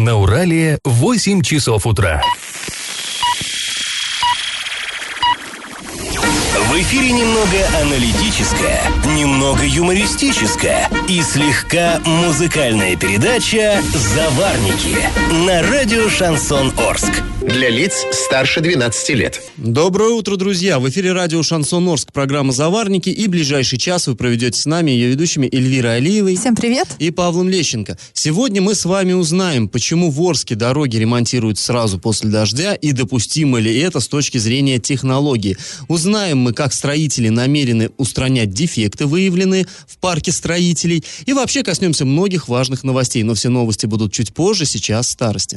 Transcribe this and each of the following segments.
На Урале 8 часов утра. В эфире немного аналитическая, немного юмористическая и слегка музыкальная передача «Заварники» на радио «Шансон Орск». Для лиц старше 12 лет. Доброе утро, друзья! В эфире радио «Шансон Орск», программа «Заварники», и ближайший час вы проведете с нами, ее ведущими Эльвирой Алиевой. Всем привет! И Павлом Лещенко. Сегодня мы с вами узнаем, почему в Орске дороги ремонтируют сразу после дождя и допустимо ли это с точки зрения технологии. Узнаем мы, как строители намерены устранять дефекты, выявленные в парке строителей. И вообще коснемся многих важных новостей. Но все новости будут чуть позже, сейчас старости.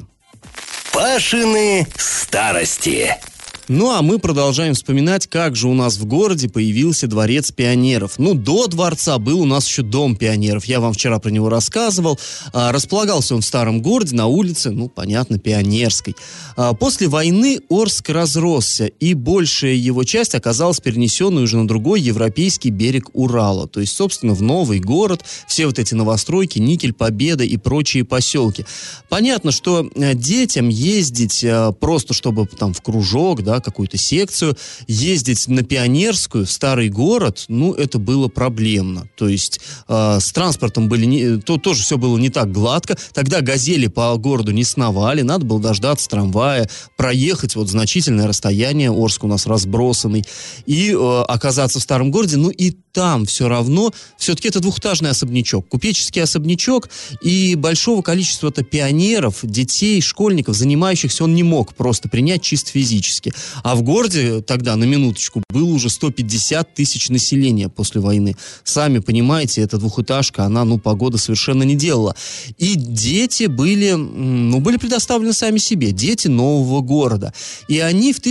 Пашины старости. Ну, а мы продолжаем вспоминать, как же у нас в городе появился Дворец пионеров. Ну, до дворца был у нас еще Дом пионеров. Я вам вчера про него рассказывал. Располагался он в старом городе на улице, ну, понятно, Пионерской. После войны Орск разросся, и большая его часть оказалась перенесенной уже на другой европейский берег Урала. То есть, собственно, в новый город, все вот эти новостройки, Никель, Победа и прочие поселки. Понятно, что детям ездить просто, чтобы там в кружок, да, какую-то секцию, ездить на Пионерскую, в старый город, ну, это было проблемно. То есть с транспортом тоже все было не так гладко. Тогда газели по городу не сновали, надо было дождаться трамвая, проехать вот значительное расстояние, Орск у нас разбросанный, и оказаться в старом городе. Ну, и там все равно, все-таки это двухэтажный особнячок, купеческий особнячок, и большого количества-то пионеров, детей, школьников, занимающихся, он не мог просто принять чисто физически. А в городе тогда, на минуточку, было уже 150 тысяч населения после войны. Сами понимаете, эта двухэтажка, она, погода совершенно не делала. И дети были предоставлены сами себе, дети нового города. И они в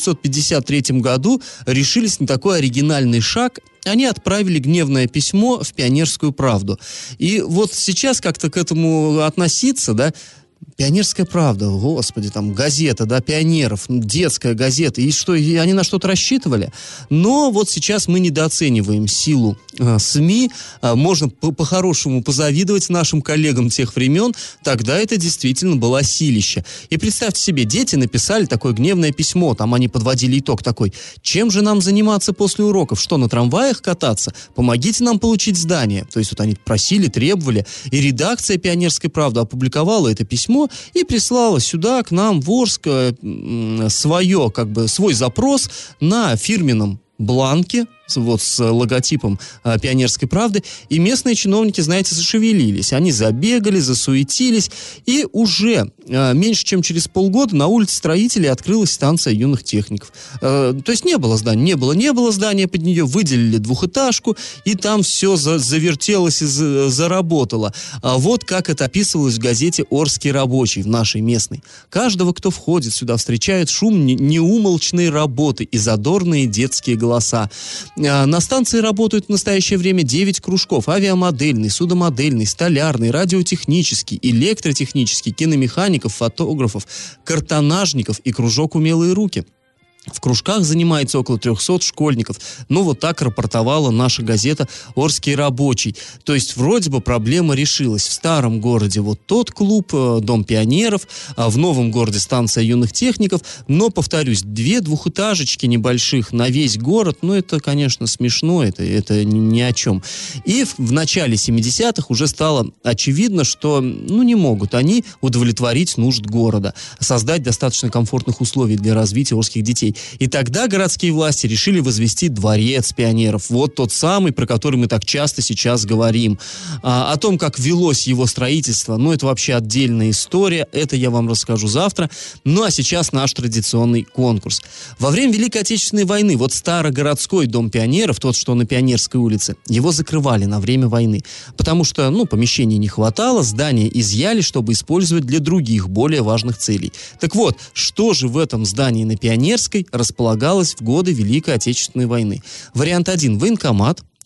1953 году решились на такой оригинальный шаг. Они отправили гневное письмо в «Пионерскую правду». И вот сейчас как-то к этому относиться, да, «Пионерская правда», господи, там газета, да, пионеров, детская газета, и что, и они на что-то рассчитывали? Но вот сейчас мы недооцениваем силу СМИ, можно по-хорошему позавидовать нашим коллегам тех времен, тогда это действительно было силище. И представьте себе, дети написали такое гневное письмо, там они подводили итог такой: чем же нам заниматься после уроков, что, на трамваях кататься? Помогите нам получить здание. То есть вот они просили, требовали, и редакция «Пионерской правды» опубликовала это письмо и прислала сюда, к нам, в Орск, свой запрос на фирменном бланке, вот с логотипом «Пионерской правды», и местные чиновники, знаете, зашевелились. Они забегали, засуетились, и уже меньше чем через полгода на улице Строителей открылась станция юных техников. То есть не было здания, не было здания под нее, выделили двухэтажку, и там все завертелось и заработало. Вот как это описывалось в газете «Орский рабочий», в нашей местной. Каждого, кто входит сюда, встречает шум неумолчной работы и задорные детские голоса. На станции работают в настоящее время 9 кружков: авиамодельный, судомодельный, столярный, радиотехнический, электротехнический, киномехаников, фотографов, картонажников и кружок «Умелые руки». В кружках занимается около 300 школьников. Ну, вот так рапортовала наша газета «Орский рабочий». То есть, вроде бы проблема решилась. В старом городе вот тот клуб, Дом пионеров, а в новом городе станция юных техников. Но, повторюсь, 2 двухэтажечки небольших на весь город, это, конечно, смешно, это ни о чем. И в начале 70-х уже стало очевидно, что, не могут они удовлетворить нужд города, создать достаточно комфортных условий для развития орских детей. И тогда городские власти решили возвести Дворец пионеров. Вот тот самый, про который мы так часто сейчас говорим. О том, как велось его строительство, это вообще отдельная история. Это я вам расскажу завтра. А сейчас наш традиционный конкурс. Во время Великой Отечественной войны вот старогородской Дом пионеров, тот, что на Пионерской улице, его закрывали на время войны. Потому что, помещений не хватало, здание изъяли, чтобы использовать для других, более важных целей. Так вот, что же в этом здании на Пионерской располагалось в годы Великой Отечественной войны? Вариант 1 – военкомат.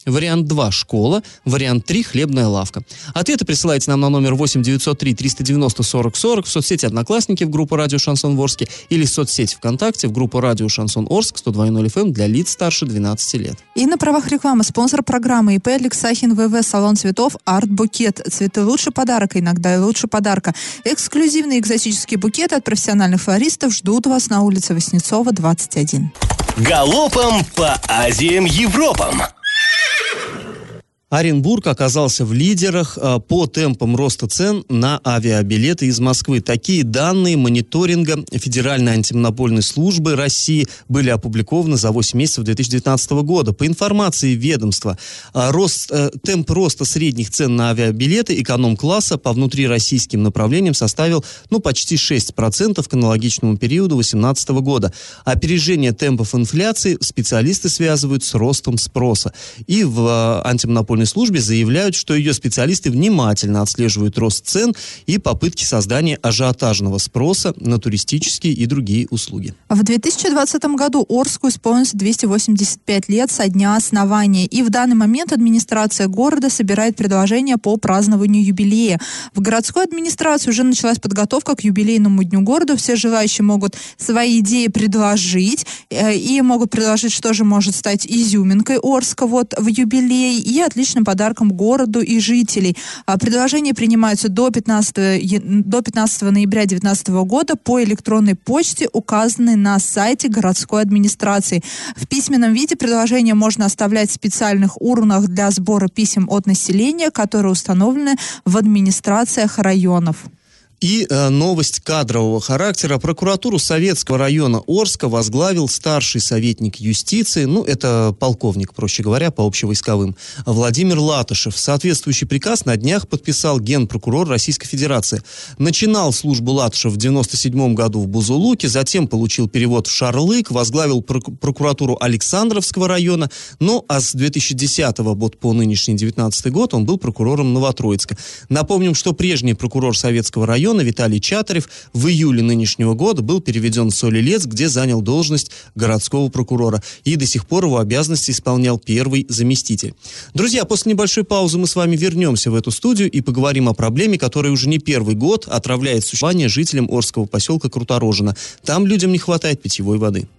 Вариант 2 – школа. Вариант 3 – хлебная лавка. Ответы присылайте нам на номер 8 903 390 40 40 в соцсети «Одноклассники» в группу «Радио Шансон Орске» или в соцсети ВКонтакте в группу «Радио Шансон Орск» 102.0 FM для лиц старше 12 лет. И на правах рекламы спонсор программы ИП Алексахин ВВ, салон цветов «Арт Букет». Цветы лучше подарка, иногда и лучше подарка. Эксклюзивные экзотические букеты от профессиональных флористов ждут вас на улице Васнецова, 21. Галопом по Азиям, Европам. Оренбург оказался в лидерах по темпам роста цен на авиабилеты из Москвы. Такие данные мониторинга Федеральной антимонопольной службы России были опубликованы за 8 месяцев 2019 года. По информации ведомства, темп роста средних цен на авиабилеты эконом-класса по внутрироссийским направлениям составил почти 6% к аналогичному периоду 2018 года. Опережение темпов инфляции специалисты связывают с ростом спроса. И в антимонопольной службе заявляют, что ее специалисты внимательно отслеживают рост цен и попытки создания ажиотажного спроса на туристические и другие услуги. В 2020 году Орску исполнилось 285 лет со дня основания, и в данный момент администрация города собирает предложения по празднованию юбилея. В городской администрации уже началась подготовка к юбилейному дню города. Все желающие могут свои идеи предложить, и могут предложить, что же может стать изюминкой Орска в юбилей и отличным подарком городу и жителей. Предложения принимаются до 15 ноября 2019 года по электронной почте, указанной на сайте городской администрации. В письменном виде предложения можно оставлять в специальных урнах для сбора писем от населения, которые установлены в администрациях районов. И новость кадрового характера. Прокуратуру Советского района Орска возглавил старший советник юстиции, это полковник, проще говоря, по общевойсковым, Владимир Латышев. Соответствующий приказ на днях подписал генпрокурор Российской Федерации. Начинал службу Латышев в 1997 году в Бузулуке, затем получил перевод в Шарлык, возглавил прокуратуру Александровского района, а с 2010 по нынешний 2019 год он был прокурором Новотроицка. Напомним, что прежний прокурор Советского района Виталий Чатарев в июле нынешнего года был переведен в Соль-Илецк, где занял должность городского прокурора. И до сих пор его обязанности исполнял первый заместитель. Друзья, после небольшой паузы мы с вами вернемся в эту студию и поговорим о проблеме, которая уже не первый год отравляет существование жителям Орского поселка Круторожино. Там людям не хватает питьевой воды.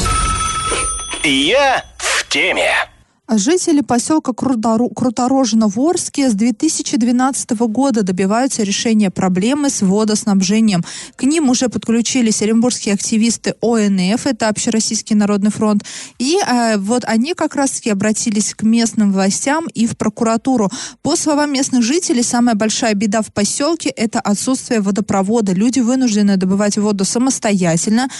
Я в теме. Жители поселка Круторожино в Орске с 2012 года добиваются решения проблемы с водоснабжением. К ним уже подключились оренбургские активисты ОНФ, это Общероссийский народный фронт, и они как раз-таки обратились к местным властям и в прокуратуру. По словам местных жителей, самая большая беда в поселке – это отсутствие водопровода. Люди вынуждены добывать воду самостоятельно,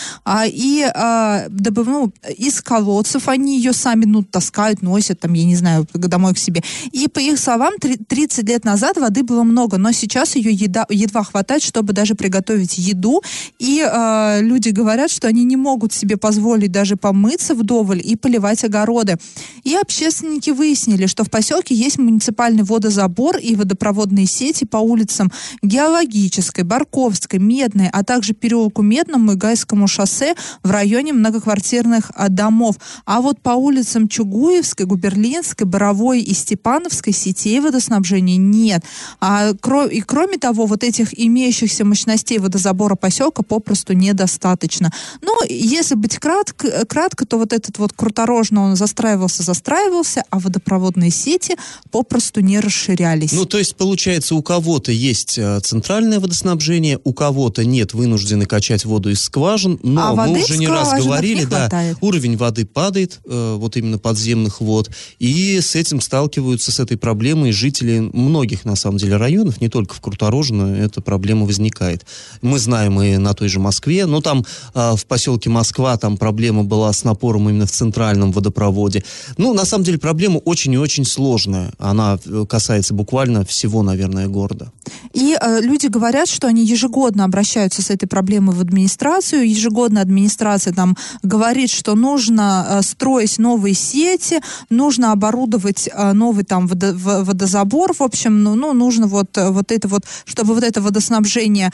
из колодцев они ее сами таскают, носят домой к себе. И по их словам, 30 лет назад воды было много, но сейчас ее едва хватает, чтобы даже приготовить еду. И люди говорят, что они не могут себе позволить даже помыться вдоволь и поливать огороды. И общественники выяснили, что в поселке есть муниципальный водозабор и водопроводные сети по улицам Геологической, Барковской, Медной, а также переулку Медному и Гайскому шоссе в районе многоквартирных домов. А вот по улицам Чугуевской, Губерлинской, Боровой и Степановской сетей водоснабжения нет. И кроме того, этих имеющихся мощностей водозабора поселка попросту недостаточно. Но если быть кратко, то этот Круторожино, он застраивался, а водопроводные сети попросту не расширялись. То есть, получается, у кого-то есть центральное водоснабжение, у кого-то нет, вынуждены качать воду из скважин, но мы уже не раз говорили, уровень воды падает, именно подземных вод, и с этим сталкиваются, с этой проблемой жители многих, на самом деле, районов, не только в Круторожино эта проблема возникает. Мы знаем и на той же Москве, но там в поселке Москва там проблема была с напором именно в центральном водопроводе. На самом деле проблема очень и очень сложная. Она касается буквально всего, наверное, города. И люди говорят, что они ежегодно обращаются с этой проблемой в администрацию. Ежегодно администрация говорит, что нужно строить новые сети, нужно оборудовать новый там водозабор, в общем, нужно вот это вот, чтобы вот это водоснабжение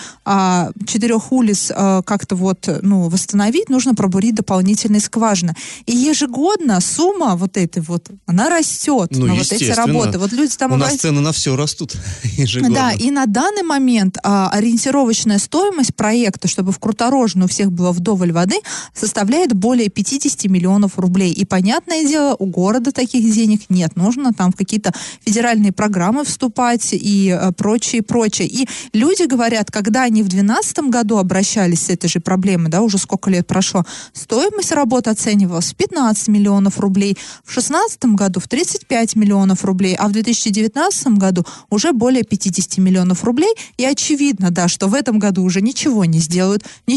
4 улиц как-то восстановить, нужно пробурить дополнительные скважины. И ежегодно сумма вот этой вот, она растет на вот эти работы. Вот люди там у нас цены на все растут ежегодно. Да, и на данный момент ориентировочная стоимость проекта, чтобы в Круторожно у всех было вдоволь воды, составляет более 50 миллионов рублей. И, понятное дело, у города таких денег нет. Нужно там в какие-то федеральные программы вступать и прочее. И люди говорят, когда они в 2012 году обращались с этой же проблемой, да, уже сколько лет прошло, стоимость работы оценивалась в 15 миллионов рублей, в 2016 году в 35 миллионов рублей, а в 2019 году уже более 50 миллионов рублей. И очевидно, да, что в этом году уже ничего не сделают и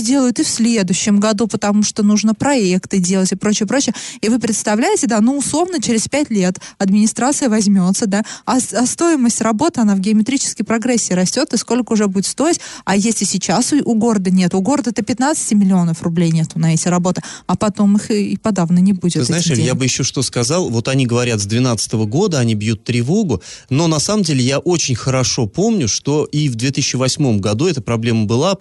в следующем году, потому что нужно проекты делать и прочее. И вы представляете, да, условно через 5 лет администрация возьмется, да, а стоимость работы, она в геометрической прогрессии растет, и сколько уже будет стоить, а если сейчас у города нет, у города-то 15 миллионов рублей нету на эти работы, а потом их и подавно не будет. Ты знаешь, я бы еще что сказал, вот они говорят, с 2012 года они бьют тревогу, но на самом деле я очень хорошо помню, что и в 2008 году эта проблема была,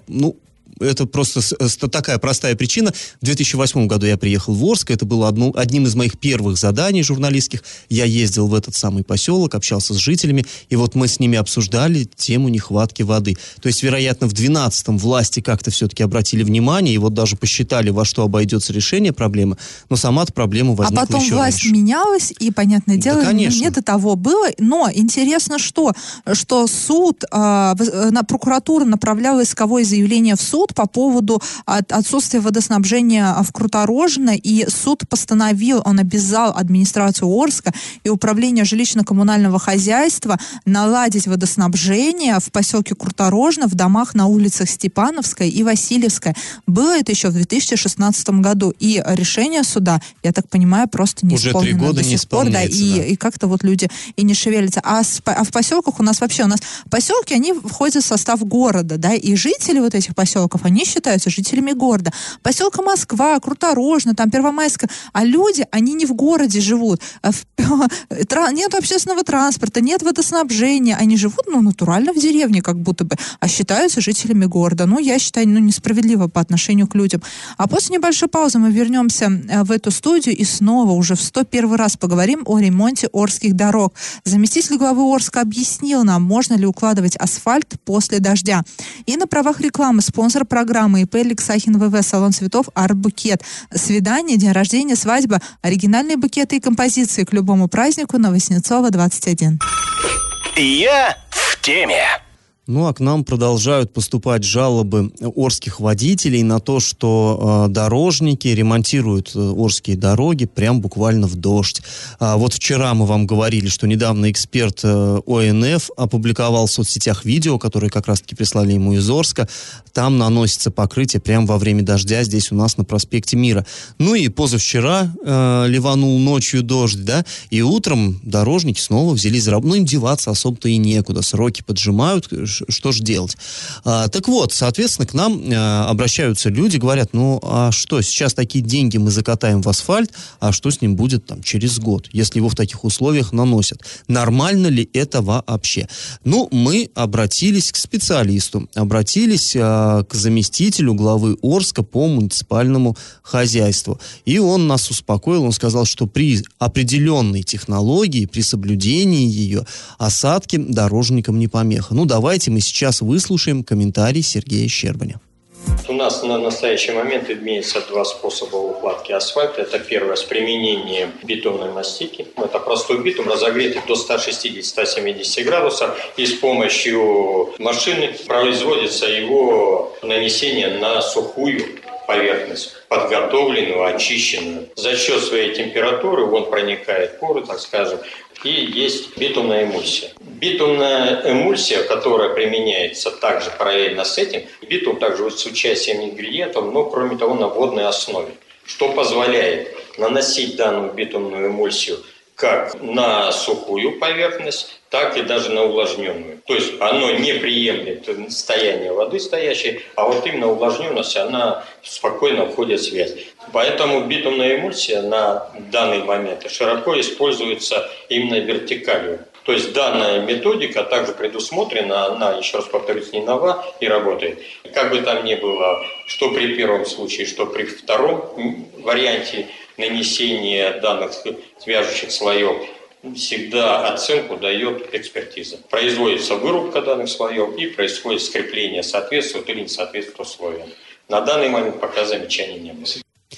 это просто такая простая причина. В 2008 году я приехал в Орск, это было одним из моих первых заданий журналистских. Я ездил в этот самый поселок, общался с жителями, и вот мы с ними обсуждали тему нехватки воды. То есть, вероятно, в 2012-м власти как-то все-таки обратили внимание, и вот даже посчитали, во что обойдется решение проблемы, но сама-то проблема возникла еще раньше. А потом власть менялась, и, понятное дело, не до того было. Но интересно, что суд, прокуратура направляла исковое заявление в суд по поводу отсутствия водоснабжения в Круторожно, и суд постановил, он обязал администрацию Орска и управление жилищно-коммунального хозяйства наладить водоснабжение в поселке Круторожно в домах на улицах Степановская и Васильевская. Было это еще в 2016 году, и решение суда, я так понимаю, просто не исполнено. Уже 3 года не исполняется, и как-то вот люди и не шевелятся. А в поселках у нас поселки, они входят в состав города, да, и жители вот этих поселков, они считаются жителями города. Поселка Москва, Круторожно, там Первомайская, а люди, они не в городе живут. Нет общественного транспорта, нет водоснабжения, они живут, натурально в деревне, как будто бы, а считаются жителями города. Я считаю, несправедливо по отношению к людям. А после небольшой паузы мы вернемся в эту студию и снова уже в 101 раз поговорим о ремонте Орских дорог. Заместитель главы Орска объяснил нам, можно ли укладывать асфальт после дождя. И на правах рекламы спонсор программы ИП Лексахин ВВ, салон цветов Арт-Букет. Свидание, день рождения, свадьба, оригинальные букеты и композиции к любому празднику на Воснецова, 21. Я в теме. А к нам продолжают поступать жалобы орских водителей на то, что дорожники ремонтируют орские дороги прям буквально в дождь. Вот вчера мы вам говорили, что недавно эксперт ОНФ опубликовал в соцсетях видео, которое как раз-таки прислали ему из Орска. Там наносится покрытие прямо во время дождя здесь у нас на проспекте Мира. И позавчера ливанул ночью дождь, да, и утром дорожники снова взялись за работу. Им деваться особо-то и некуда, сроки поджимают, что же делать? Так вот, соответственно, к нам обращаются люди, говорят, а что, сейчас такие деньги мы закатаем в асфальт, а что с ним будет там через год, если его в таких условиях наносят? Нормально ли это вообще? Мы обратились к специалисту, обратились к заместителю главы Орска по муниципальному хозяйству. И он нас успокоил, он сказал, что при определенной технологии, при соблюдении ее, осадки дорожникам не помеха. Давайте мы сейчас выслушаем комментарий Сергея Щербаня. У нас на настоящий момент имеется 2 способа укладки асфальта. Это первое с применением бетонной мастики. Это простой битум, разогретый до 160-170 градусов. И с помощью машины производится его нанесение на сухую поверхность, подготовленную, очищенную. За счет своей температуры он проникает в поры, так скажем, и есть битумная эмульсия. Битумная эмульсия, которая применяется также параллельно с этим, битум также с участием ингредиентов, но кроме того на водной основе, что позволяет наносить данную битумную эмульсию как на сухую поверхность, так и даже на увлажненную. То есть оно не приемлет состояние воды стоящей, а вот именно увлажненность, она спокойно входит в связь. Поэтому битумная эмульсия на данный момент широко используется именно вертикалью. То есть данная методика также предусмотрена, она, еще раз повторюсь, не нова и работает. Как бы там ни было, что при первом случае, что при втором варианте нанесения данных свяжущих слоев, всегда оценку дает экспертиза. Производится вырубка данных слоев и происходит скрепление, соответствует или не соответствует условиям. На данный момент пока замечаний не было.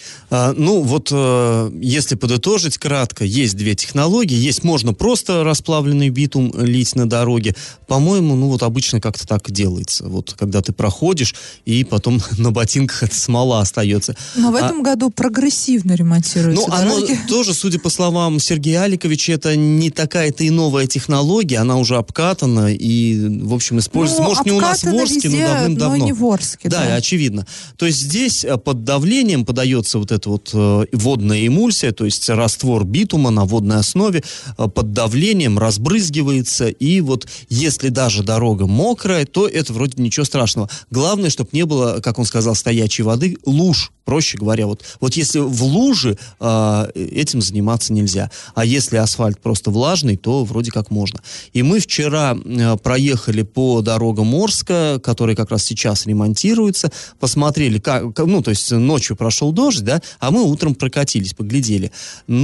Если подытожить кратко, есть две технологии. Есть, можно просто расплавленный битум лить на дороге. По-моему, обычно как-то так делается. Вот когда ты проходишь, и потом на ботинках эта смола остается. Но в этом году прогрессивно ремонтируются дороги. Оно тоже, судя по словам Сергея Аликовича, это не такая-то и новая технология. Она уже обкатана и, в общем, используется. Может, не у нас в Орске, но давным-давно. Но не в Орске, да, очевидно. То есть здесь под давлением подается вот эта водная эмульсия, то есть раствор битума на водной основе, под давлением разбрызгивается, и вот если даже дорога мокрая, то это вроде ничего страшного. Главное, чтобы не было, как он сказал, стоячей воды, луж. Проще говоря, вот если в луже, этим заниматься нельзя. А если асфальт просто влажный, то вроде как можно. И мы вчера проехали по дорогам Орска, которые как раз сейчас ремонтируются, посмотрели, то есть ночью прошел дождь, да, а мы утром прокатились, поглядели.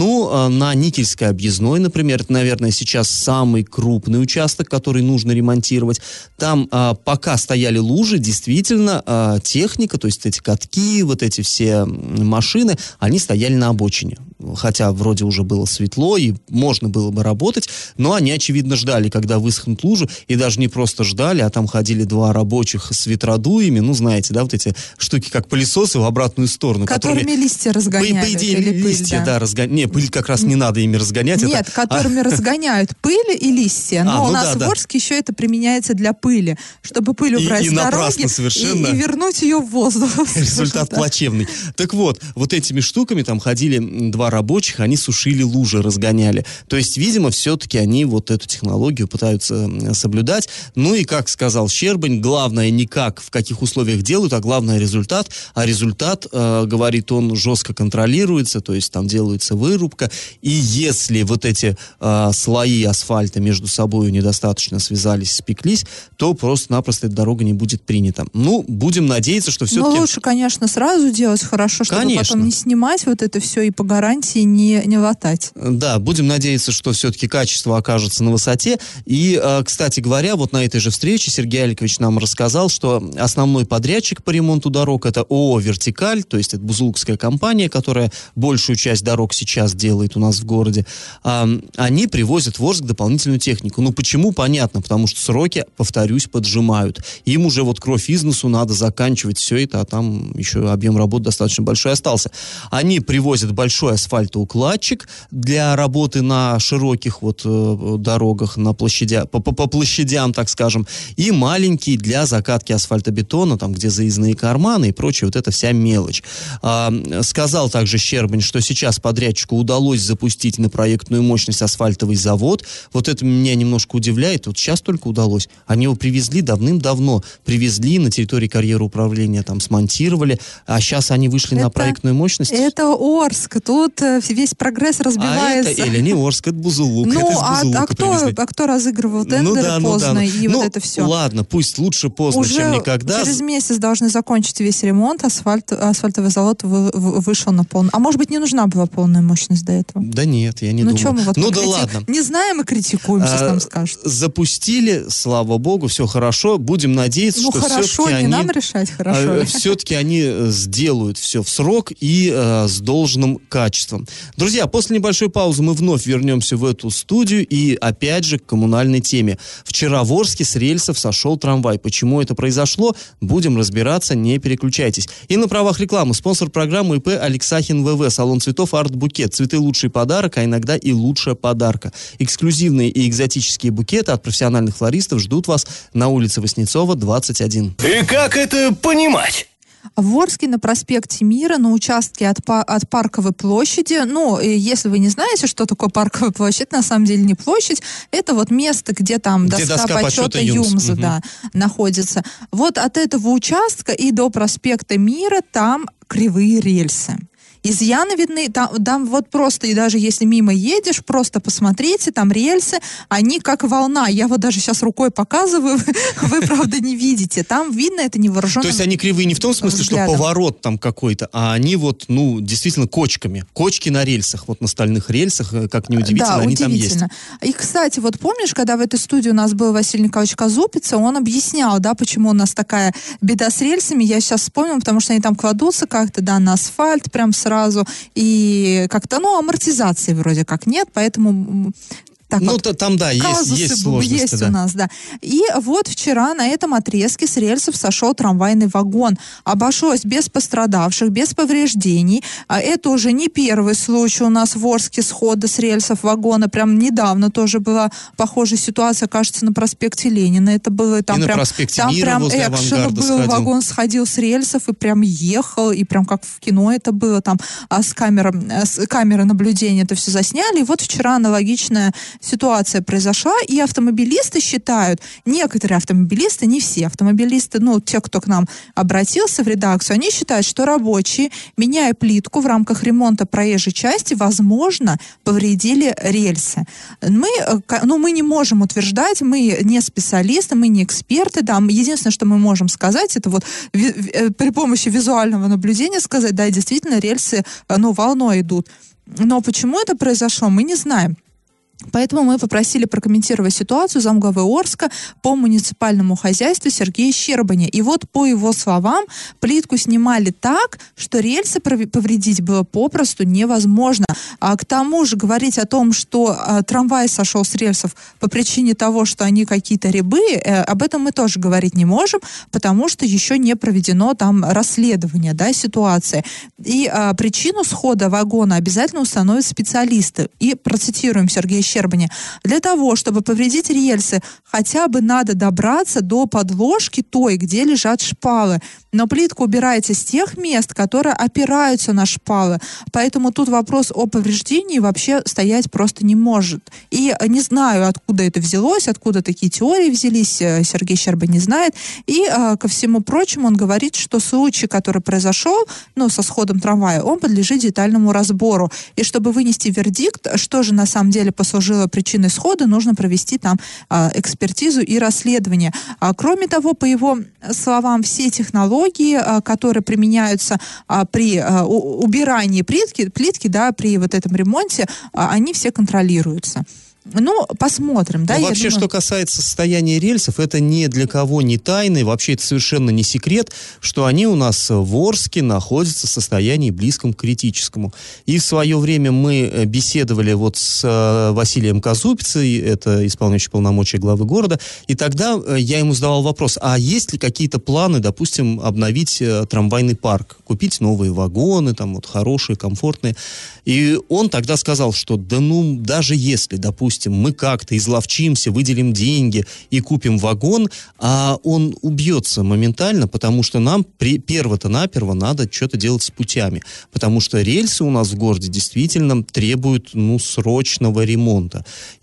На Никельской объездной, например, это, наверное, сейчас самый крупный участок, который нужно ремонтировать. Там пока стояли лужи, действительно, техника, то есть эти катки, вот эти все машины, они стояли на обочине. Хотя вроде уже было светло, и можно было бы работать, но они, очевидно, ждали, когда высохнут лужи, и даже не просто ждали, а там ходили два рабочих с ветродуями, знаете, да, вот эти штуки, как пылесосы в обратную сторону. Которыми листья разгоняют. По идее, листья, да, разгоняют. Не, пыль как раз не надо ими разгонять. Нет, которыми разгоняют пыль и листья. Но у нас в Орске еще это применяется для пыли, чтобы пыль убрать с дороги и вернуть ее в воздух. Результат плачевный. Так вот этими штуками там ходили два рабочих, они сушили лужи, разгоняли. То есть, видимо, все-таки они вот эту технологию пытаются соблюдать. И, как сказал Щербань, главное не как, в каких условиях делают, а главное результат. А результат, говорит он, жестко контролируется, то есть там делается вырубка. И если вот эти слои асфальта между собой недостаточно связались, спеклись, то просто-напросто эта дорога не будет принята. Будем надеяться, что все-таки... Но лучше, конечно, сразу делать хорошо, чтобы потом не снимать вот это все и по гарантии не латать. Да, будем надеяться, что все-таки качество окажется на высоте. И, кстати говоря, вот на этой же встрече Сергей Аликович нам рассказал, что основной подрядчик по ремонту дорог — это ООО «Вертикаль», то есть это бузулукская компания, которая большую часть дорог сейчас делает у нас в городе. Они привозят в Орск дополнительную технику. Почему? Понятно, потому что сроки, повторюсь, поджимают. Им уже кровь из носу, надо заканчивать все это, а там еще объем работ достаточно большой остался. Они привозят большой асфальтоукладчик для работы на широких дорогах, на по площадям, так скажем, и маленький для закатки асфальтобетона, там, где заездные карманы и прочее, эта вся мелочь. Сказал также Щербань, что сейчас подрядчику удалось запустить на проектную мощность асфальтовый завод. Это меня немножко удивляет. Сейчас только удалось. Они его привезли давным-давно. Привезли на территории карьера управления, там смонтировали, а сейчас они вышли на проектную мощность. Это Орск. Тут весь прогресс разбивается. А это не Орск, это Бузулук. Кто разыгрывал тендеры поздно и это все? Ладно, пусть лучше поздно, чем никогда. Через месяц должны закончить весь ремонт. Асфальтовый завод вышел на полную. А может быть, не нужна была полная мощность до этого? Да нет, я не думаю. Что мы ладно. Не знаем и критикуем, сейчас нам скажут. Запустили, слава богу, все хорошо. Будем надеяться, что все-таки они... нам решать, хорошо. Все-таки они сделают все в срок и с должным качеством. Друзья, после небольшой паузы мы вновь вернемся в эту студию и опять же к коммунальной теме. Вчера в Орске с рельсов сошел трамвай. Почему это произошло? Будем разбираться, не переключайтесь. И на правах рекламы спонсор программы ИП Алексахин ВВ, салон цветов «Арт-букет». Цветы — лучший подарок, а иногда и лучшая подарка. Эксклюзивные и экзотические букеты от профессиональных флористов ждут вас на улице Васнецова, 21. И как это понимать? В Орске на проспекте Мира, на участке от Парковой площади, если вы не знаете, что такое Парковая площадь, на самом деле не площадь, это вот место, где там доска почета ЮМЗа, находится. Вот от этого участка и до проспекта Мира там кривые рельсы. Изъяны видны, там вот просто, и даже если мимо едешь, просто посмотрите, там рельсы, они как волна. Я вот даже сейчас рукой показываю, вы, правда, не видите. Там видно, это невооруженным То есть они кривые не в том смысле, взглядом. что поворот там какой-то, а они вот, действительно кочками. Кочки на рельсах, вот на стальных рельсах, как неудивительно, да, они удивительно. там есть. И, кстати, вот помнишь, когда в этой студии у нас был Василий Николаевич Казупица, он объяснял, почему у нас такая беда с рельсами. Я сейчас вспомнила, потому что они там кладутся как-то, на асфальт прям сразу, и как-то, амортизации вроде как нет, поэтому... Так там, да, есть сложности. Есть у нас, да. И вот вчера на этом отрезке с рельсов сошел трамвайный вагон. Обошлось без пострадавших, без повреждений. Это уже не первый случай у нас в Орске схода с рельсов вагона. Прям недавно тоже была похожая ситуация, кажется, на проспекте Ленина. Это было там и прям... на проспекте там Мира прям возле экшен был, Авангарда вагон сходил с рельсов и прям ехал, и прям как в кино это было, там с камеры наблюдения это все засняли. И вот вчера аналогичная ситуация произошла, и автомобилисты считают, некоторые автомобилисты, не все автомобилисты, те, кто к нам обратился в редакцию, они считают, что рабочие, меняя плитку в рамках ремонта проезжей части, возможно, повредили рельсы. Мы не можем утверждать, мы не специалисты, мы не эксперты, единственное, что мы можем сказать, это вот при помощи визуального наблюдения сказать, да, действительно, рельсы, волной идут. Но почему это произошло, мы не знаем. Поэтому мы попросили прокомментировать ситуацию замглавы Орска по муниципальному хозяйству Сергея Щербаня. И вот по его словам, плитку снимали так, что рельсы повредить было попросту невозможно. А к тому же говорить о том, что трамвай сошел с рельсов по причине того, что они какие-то рябые, об этом мы тоже говорить не можем, потому что еще не проведено там расследование ситуации. И причину схода вагона обязательно установят специалисты. И процитируем Сергея Щербаня. Для того, чтобы повредить рельсы, хотя бы надо добраться до подложки той, где лежат шпалы. Но плитку убирается с тех мест, которые опираются на шпалы. Поэтому тут вопрос о повреждении вообще стоять просто не может. И не знаю, откуда это взялось, откуда такие теории взялись, Сергей Щербань не знает. И ко всему прочему он говорит, что случай, который произошел, со сходом трамвая, он подлежит детальному разбору. И чтобы вынести вердикт, что же на самом деле послужило причиной схода, нужно провести там экспертизу и расследование. Кроме того, по его словам, все технологии, которые применяются при убирании плитки, при вот этом ремонте, они все контролируются. Посмотрим. Вообще, что касается состояния рельсов, это ни для кого не тайна, вообще это совершенно не секрет, что они у нас в Орске находятся в состоянии близком к критическому. И в свое время мы беседовали с Василием Казупицей, это исполняющий полномочия главы города, и тогда я ему задавал вопрос, а есть ли какие-то планы, допустим, обновить трамвайный парк, купить новые вагоны, хорошие, комфортные. И он тогда сказал, что даже если, допустим, мы как-то изловчимся, выделим деньги и купим вагон, а он убьется моментально, потому что нам перво-наперво надо что-то делать с путями. Потому что рельсы у нас в городе действительно требуют срочного ремонта.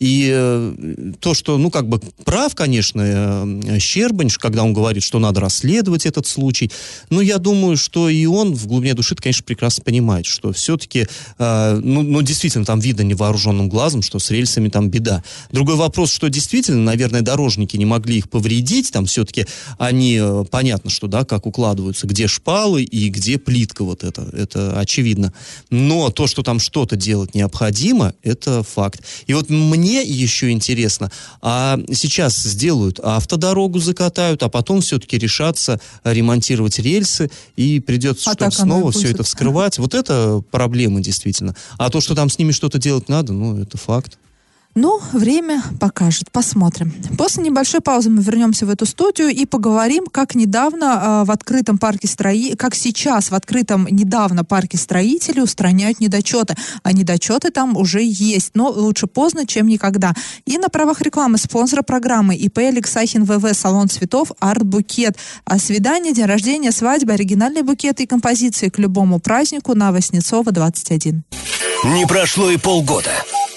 И то, что, прав, конечно, Щербань, когда он говорит, что надо расследовать этот случай, я думаю, что и он в глубине души, конечно, прекрасно понимает, что все-таки, действительно, там видно невооруженным глазом, что с рельсами там беда. Другой вопрос, что действительно, наверное, дорожники не могли их повредить, там все-таки они, понятно, что, как укладываются, где шпалы и где плитка это очевидно. Но то, что там что-то делать необходимо, это факт. И вот мне еще интересно, а сейчас сделают автодорогу, закатают, а потом все-таки решатся ремонтировать рельсы, и придется снова все это вскрывать. Вот это проблема действительно. А то, что там с ними что-то делать надо, это факт. Ну, время покажет, посмотрим. После небольшой паузы мы вернемся в эту студию и поговорим, как недавно в открытом парке как сейчас в открытом недавно парке строителей устраняют недочеты. А недочеты там уже есть, но лучше поздно, чем никогда. И на правах рекламы спонсора программы ИП Алексахин ВВ, салон цветов «Арт-букет». А свидание, день рождения, свадьба, оригинальные букеты и композиции к любому празднику на Васнецова, 21. Не прошло и полгода.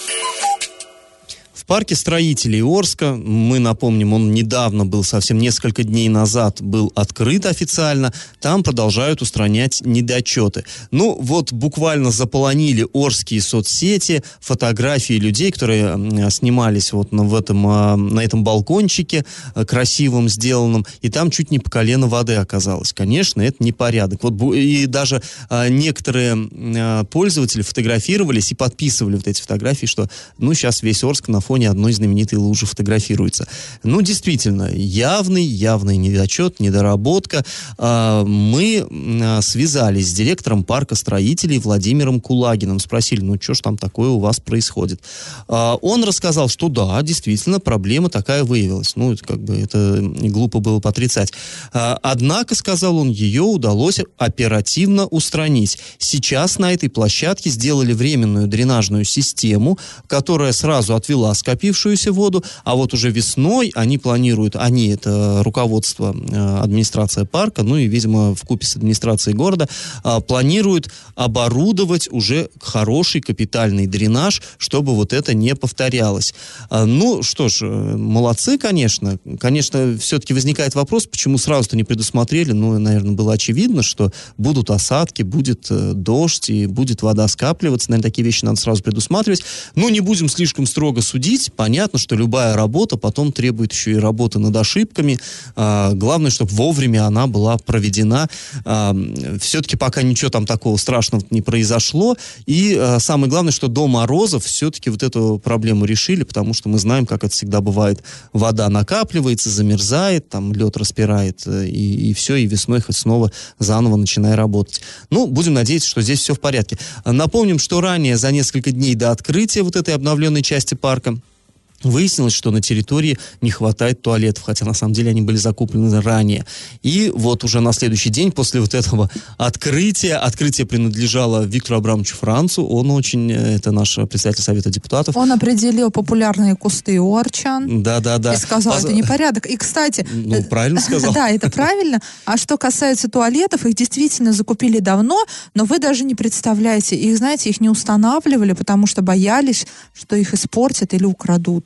В парке строителей Орска, мы напомним, он недавно был, совсем несколько дней назад был открыт официально, там продолжают устранять недочеты. Ну, вот буквально заполонили орские соцсети, фотографии людей, которые снимались вот на этом балкончике красивым сделанном, и там чуть не по колено воды оказалось. Конечно, это непорядок. Вот, и даже некоторые пользователи фотографировались и подписывали вот эти фотографии, что, ну, сейчас весь Орск на фоне одной знаменитой лужи фотографируется. Ну, действительно, явный недочет, недоработка. Мы связались с директором парка строителей Владимиром Кулагиным. Спросили, ну, что ж там такое у вас происходит? Он рассказал, что да, действительно, проблема такая выявилась. Ну, это глупо было отрицать. Однако, сказал он, ее удалось оперативно устранить. Сейчас на этой площадке сделали временную дренажную систему, которая сразу отвела скопившуюся воду, а вот уже весной это руководство, администрация парка, ну и, видимо, вкупе с администрацией города, планируют оборудовать уже хороший капитальный дренаж, чтобы вот это не повторялось. Ну, что ж, молодцы, конечно. Конечно, все-таки возникает вопрос, почему сразу-то не предусмотрели. Ну, наверное, было очевидно, что будут осадки, будет дождь и будет вода скапливаться. Наверное, такие вещи надо сразу предусматривать. Но не будем слишком строго судить. Понятно, что любая работа потом требует еще и работы над ошибками. Главное, чтобы вовремя она была проведена. Все-таки пока ничего там такого страшного не произошло. И самое главное, что до морозов все-таки вот эту проблему решили, потому что мы знаем, как это всегда бывает. Вода накапливается, замерзает, там лед распирает, и все, и весной хоть снова заново начиная работать. Ну, будем надеяться, что здесь все в порядке. Напомним, что ранее, за несколько дней до открытия вот этой обновленной части парка, выяснилось, что на территории не хватает туалетов, хотя на самом деле они были закуплены ранее. И вот уже на следующий день после вот этого открытие принадлежало Виктору Абрамовичу Францу, это наш председатель Совета депутатов. Он определил популярные кусты у арчан. Да. И сказал, это непорядок. И, кстати... Ну, правильно сказал. Да, это правильно. А что касается туалетов, их действительно закупили давно, но вы даже не представляете, их не устанавливали, потому что боялись, что их испортят или украдут.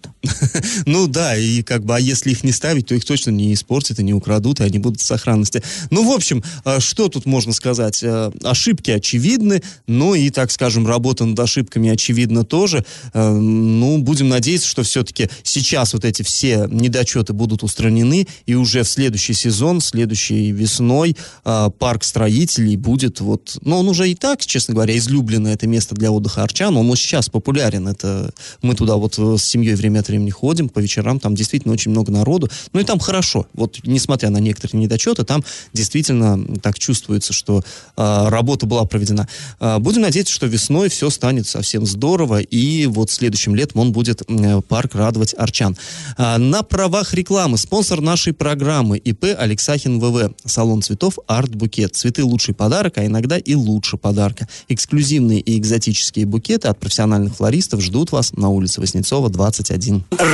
Ну да, и а если их не ставить, то их точно не испортят и не украдут, и они будут в сохранности. Ну, в общем, что тут можно сказать? Ошибки очевидны, но и, так скажем, работа над ошибками очевидна тоже. Ну, будем надеяться, что все-таки сейчас вот эти все недочеты будут устранены, и уже в следующий сезон, следующей весной парк строителей будет он уже и так, честно говоря, излюбленное это место для отдыха арчан, он сейчас популярен. Мы туда с семьей время от времени ходим, по вечерам там действительно очень много народу, ну и там хорошо, несмотря на некоторые недочеты, там действительно так чувствуется, что работа была проведена. Будем надеяться, что весной все станет совсем здорово, и следующим летом парк радовать арчан. На правах рекламы спонсор нашей программы ИП Алексахин ВВ, салон цветов «Арт-букет». Цветы — лучший подарок, а иногда и лучше подарка. Эксклюзивные и экзотические букеты от профессиональных флористов ждут вас на улице Васнецова, 21.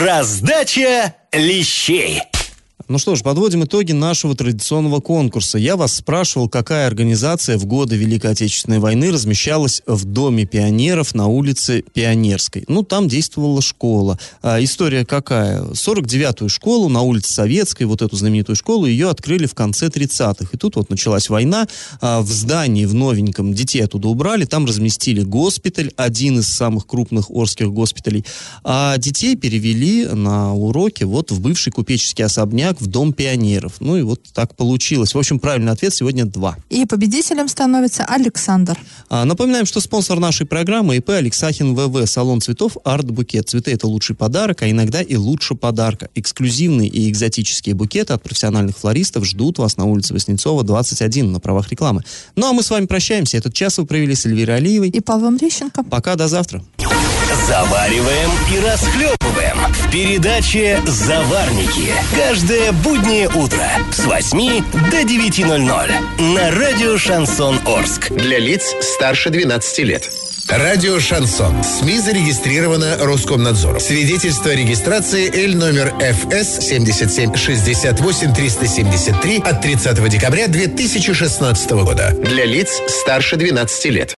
Раздача лещей. Ну что ж, подводим итоги нашего традиционного конкурса. Я вас спрашивал, какая организация в годы Великой Отечественной войны размещалась в Доме пионеров на улице Пионерской. Ну, там действовала школа. История какая? 49-ю школу на улице Советской, эту знаменитую школу, ее открыли в конце 30-х. И тут началась война. В здании, в новеньком, детей оттуда убрали, там разместили госпиталь, один из самых крупных орских госпиталей. А детей перевели на уроки в бывший купеческий особняк, в Дом пионеров. Ну и так получилось. В общем, правильный ответ сегодня 2. И победителем становится Александр. Напоминаем, что спонсор нашей программы ИП Алексахин ВВ, салон цветов «Арт-букет». Цветы — это лучший подарок, а иногда и лучше подарка. Эксклюзивные и экзотические букеты от профессиональных флористов ждут вас на улице Васнецова, 21, на правах рекламы. Ну а мы с вами прощаемся. Этот час вы провели с Эльвирой Алиевой и Павлом Лещенко. Пока, до завтра. Завариваем и расхлебываем в передаче «Заварники». Каждое буднее утро с 8 до 9:00 на радио «Шансон Орск». Для лиц старше 12 лет. Радио «Шансон». СМИ зарегистрировано Роскомнадзором. Свидетельство о регистрации Л номер ФС 77-68-373 от 30 декабря 2016 года. Для лиц старше 12 лет.